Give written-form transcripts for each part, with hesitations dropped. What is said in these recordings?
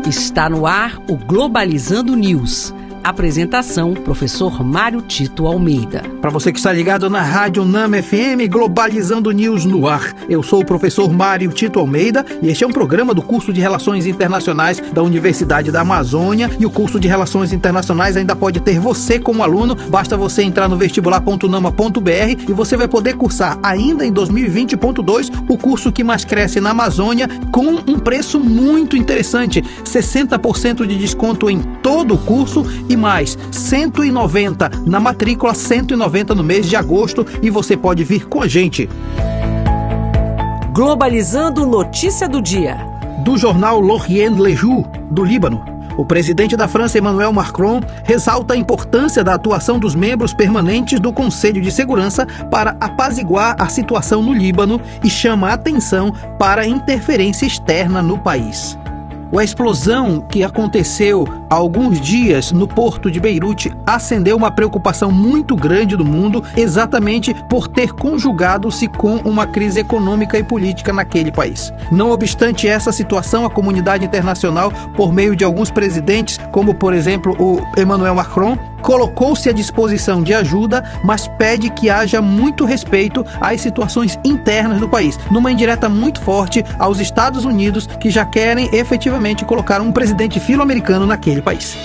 Está no ar o Globalizando News. Apresentação, professor Mário Tito Almeida. Para você que está ligado na Rádio Nama FM, Globalizando News no ar. Eu sou o professor Mário Tito Almeida e este é um programa do curso de Relações Internacionais da Universidade da Amazônia. E o curso de Relações Internacionais ainda pode ter você como aluno. Basta você entrar no vestibular.nama.br e você vai poder cursar ainda em 2020.2 o curso que mais cresce na Amazônia com um preço muito interessante. 60% de desconto em todo o curso e mais 190 na matrícula, 190 no mês de agosto, e você pode vir com a gente. Globalizando notícia do dia. Do jornal L'Orient Le Jour, do Líbano. O presidente da França, Emmanuel Macron, ressalta a importância da atuação dos membros permanentes do Conselho de Segurança para apaziguar a situação no Líbano e chama a atenção para a interferência externa no país. A explosão que aconteceu há alguns dias no porto de Beirute acendeu uma preocupação muito grande do mundo, exatamente por ter conjugado-se com uma crise econômica e política naquele país. Não obstante essa situação, a comunidade internacional, por meio de alguns presidentes, como por exemplo o Emmanuel Macron, colocou-se à disposição de ajuda, mas pede que haja muito respeito às situações internas do país, numa indireta muito forte aos Estados Unidos, que já querem efetivamente colocar um presidente filo-americano naquele país.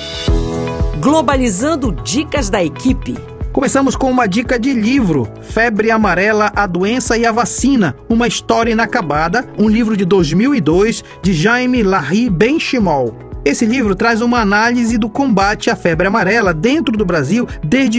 Globalizando dicas da equipe. Começamos com uma dica de livro, Febre Amarela, a Doença e a Vacina, uma história inacabada, um livro de 2002 de Jaime Larry Benchimol. Esse livro traz uma análise do combate à febre amarela dentro do Brasil desde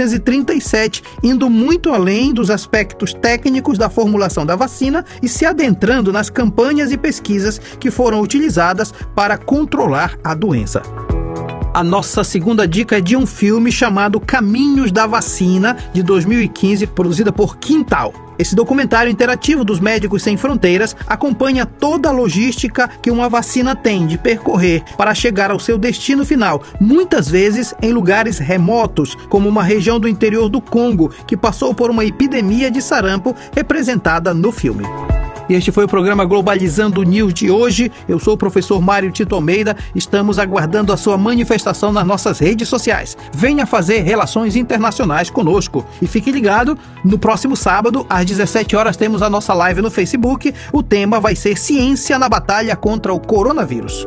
1937, indo muito além dos aspectos técnicos da formulação da vacina e se adentrando nas campanhas e pesquisas que foram utilizadas para controlar a doença. A nossa segunda dica é de um filme chamado Caminhos da Vacina, de 2015, produzida por Quintal. Esse documentário interativo dos Médicos Sem Fronteiras acompanha toda a logística que uma vacina tem de percorrer para chegar ao seu destino final, muitas vezes em lugares remotos, como uma região do interior do Congo, que passou por uma epidemia de sarampo representada no filme. E este foi o programa Globalizando News de hoje. Eu sou o professor Mário Tito Almeida. Estamos aguardando a sua manifestação nas nossas redes sociais. Venha fazer relações internacionais conosco. E fique ligado, no próximo sábado, às 17 horas, temos a nossa live no Facebook. O tema vai ser Ciência na Batalha contra o Coronavírus.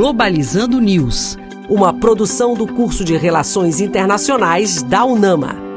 Globalizando News, uma produção do curso de Relações Internacionais da UNAMA.